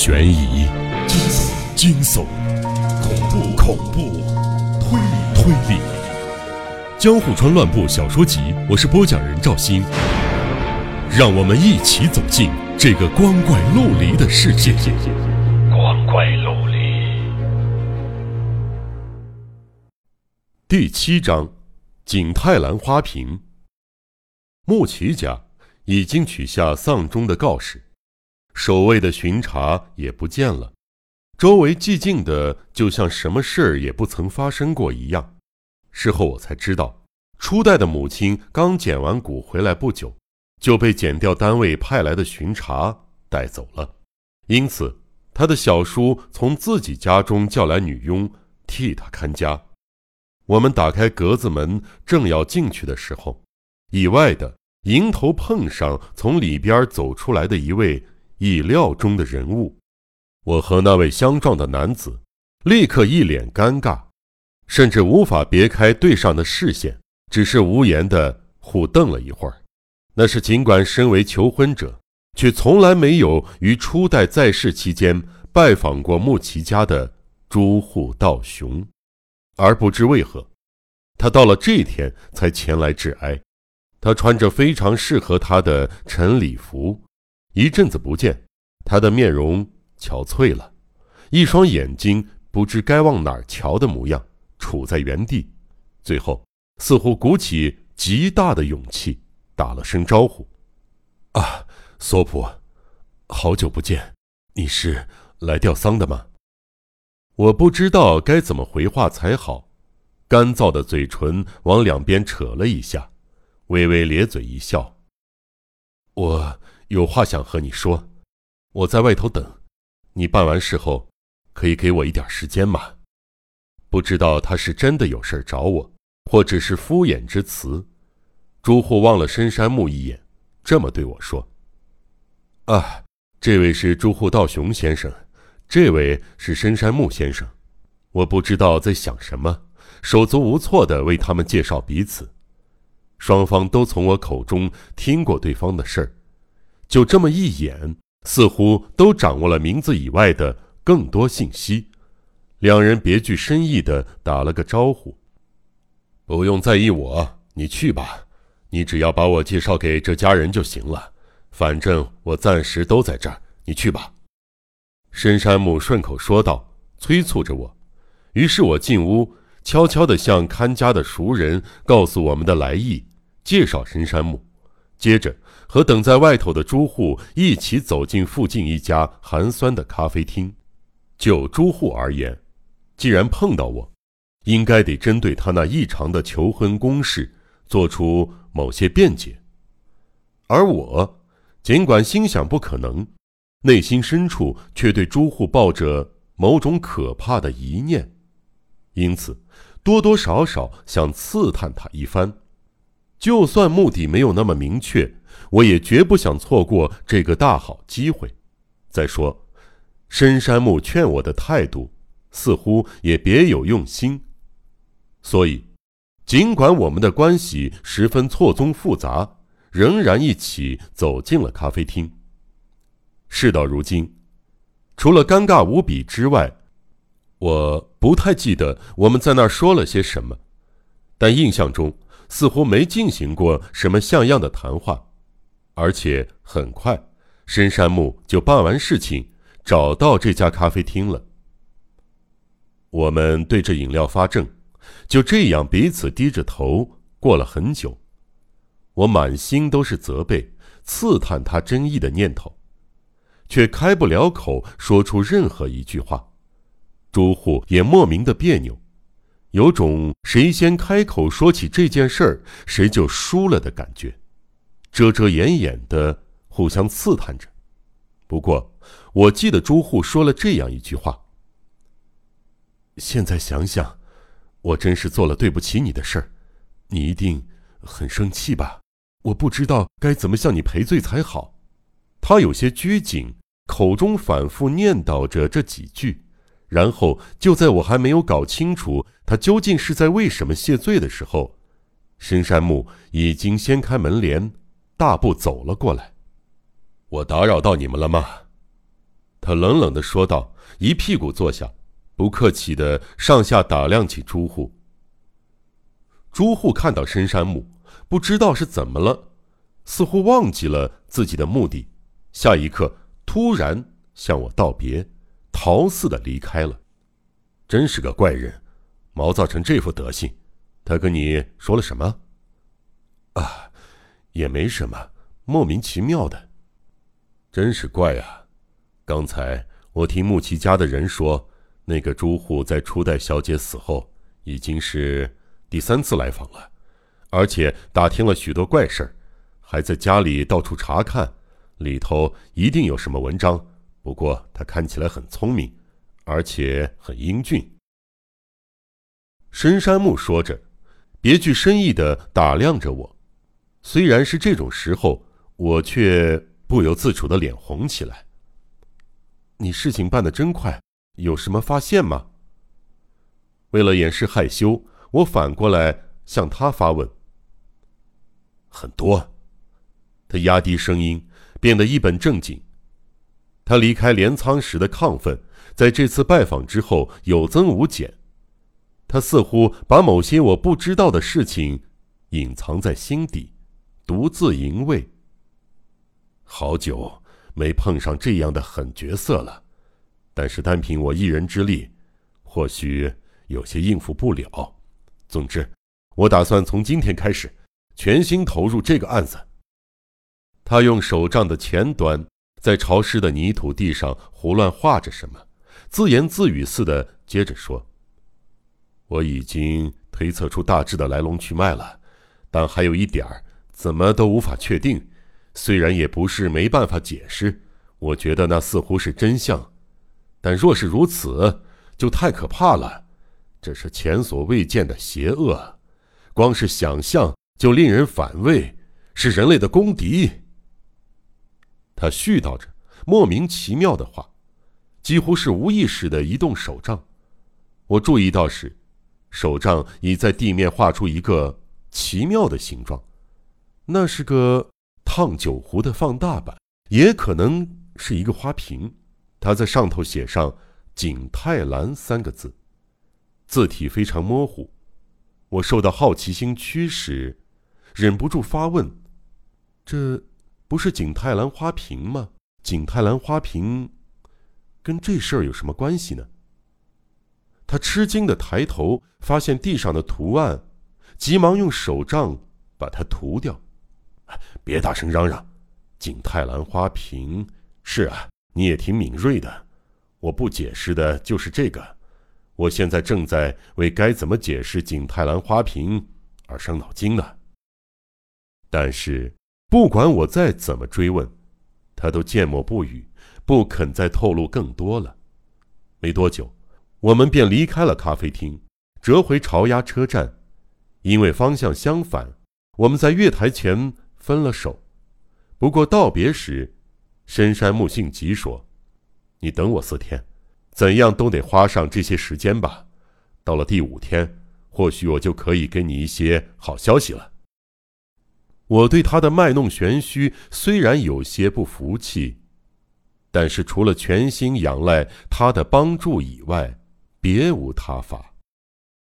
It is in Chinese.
悬疑、惊悚、恐怖、推理。江户川乱步小说集，我是播讲人赵鑫，让我们一起走进这个光怪陆离的世界。光怪陆离。第7章，景泰蓝花瓶。木崎家已经取下丧钟的告示，守卫的巡查也不见了，周围寂静的就像什么事儿也不曾发生过一样。事后我才知道，初代的母亲刚捡完骨回来不久，就被检调单位派来的巡查带走了，因此他的小叔从自己家中叫来女佣替他看家。我们打开格子门，正要进去的时候，意外的迎头碰上从里边走出来的一位意料中的人物。我和那位相撞的男子立刻一脸尴尬，甚至无法别开对上的视线，只是无言地互瞪了一会儿。那是尽管身为求婚者，却从来没有于初代在世期间拜访过木崎家的朱户道雄，而不知为何，他到了这一天才前来致哀。他穿着非常适合他的晨礼服，一阵子不见，他的面容憔悴了，一双眼睛不知该往哪儿瞧的模样，杵在原地，最后似乎鼓起极大的勇气打了声招呼：啊，索普，好久不见，你是来吊丧的吗？我不知道该怎么回话才好，干燥的嘴唇往两边扯了一下，微微咧嘴一笑。我有话想和你说，我在外头等，你办完事后可以给我一点时间吗？不知道他是真的有事找我，或只是敷衍之词。朱户望了深山木一眼，这么对我说：啊，这位是朱户道雄先生，这位是深山木先生。我不知道在想什么，手足无措地为他们介绍彼此。双方都从我口中听过对方的事儿，就这么一眼，似乎都掌握了名字以外的更多信息。两人别具深意地打了个招呼：不用在意我，你去吧，你只要把我介绍给这家人就行了，反正我暂时都在这儿，你去吧。深山木顺口说道，催促着我。于是我进屋，悄悄地向看家的熟人告诉我们的来意，介绍深山木，接着和等在外头的朱户一起走进附近一家寒酸的咖啡厅。就朱户而言，既然碰到我，应该得针对他那异常的求婚攻势做出某些辩解。而我尽管心想不可能，内心深处却对朱户抱着某种可怕的疑念，因此多多少少想刺探他一番。就算目的没有那么明确，我也绝不想错过这个大好机会。再说，深山木劝我的态度似乎也别有用心，所以尽管我们的关系十分错综复杂，仍然一起走进了咖啡厅。事到如今，除了尴尬无比之外，我不太记得我们在那儿说了些什么，但印象中似乎没进行过什么像样的谈话，而且很快深山木就办完事情，找到这家咖啡厅了。我们对着饮料发怔，就这样彼此低着头过了很久。我满心都是责备、刺探他真意的念头，却开不了口说出任何一句话。朱户也莫名的别扭，有种谁先开口说起这件事儿，谁就输了的感觉，遮遮掩掩的互相刺探着。不过我记得朱户说了这样一句话：现在想想，我真是做了对不起你的事儿，你一定很生气吧？我不知道该怎么向你赔罪才好。他有些拘谨，口中反复念叨着这几句，然后就在我还没有搞清楚他究竟是在为什么谢罪的时候，深山木已经掀开门帘，大步走了过来。我打扰到你们了吗？ 他冷冷地说道，一屁股坐下，不客气地上下打量起朱户。朱户看到深山木，不知道是怎么了，似乎忘记了自己的目的，下一刻突然向我道别，逃似的离开了。真是个怪人，毛躁成这副德行。他跟你说了什么？啊，也没什么，莫名其妙的。真是怪啊！刚才我听木齐家的人说，那个朱户在初代小姐死后，已经是第3次来访了，而且打听了许多怪事儿，还在家里到处查看，里头一定有什么文章。不过他看起来很聪明，而且很英俊。深山木说着，别具深意地打量着我。虽然是这种时候，我却不由自主地脸红起来。你事情办得真快，有什么发现吗？为了掩饰害羞，我反过来向他发问。很多。他压低声音，变得一本正经。他离开镰仓时的亢奋，在这次拜访之后有增无减。他似乎把某些我不知道的事情隐藏在心底，独自淫味。好久没碰上这样的狠角色了，但是单凭我一人之力，或许有些应付不了。总之，我打算从今天开始，全心投入这个案子。他用手杖的前端在潮湿的泥土地上胡乱画着什么，自言自语似的接着说：我已经推测出大致的来龙去脉了，但还有一点怎么都无法确定。虽然也不是没办法解释，我觉得那似乎是真相，但若是如此，就太可怕了。这是前所未见的邪恶，光是想象就令人反胃，是人类的公敌。他絮叨着莫名其妙的话，几乎是无意识地移动手杖。我注意到时，手杖已在地面画出一个奇妙的形状，那是个烫酒壶的放大版，也可能是一个花瓶。他在上头写上景泰蓝3个字，字体非常模糊。我受到好奇心驱使，忍不住发问：这不是景泰蓝花瓶吗？景泰蓝花瓶跟这事儿有什么关系呢？他吃惊地抬头，发现地上的图案，急忙用手杖把它涂掉。别大声嚷嚷，景泰蓝花瓶，是啊，你也挺敏锐的。我不解释的就是这个。我现在正在为该怎么解释景泰蓝花瓶而伤脑筋呢。但是不管我再怎么追问，他都缄默不语，不肯再透露更多了。没多久，我们便离开了咖啡厅，折回巢鸭车站。因为方向相反，我们在月台前分了手。不过道别时，深山木性急说：你等我4天，怎样都得花上这些时间吧。到了第5天，或许我就可以给你一些好消息了。我对他的卖弄玄虚虽然有些不服气，但是除了全心仰赖他的帮助以外，别无他法。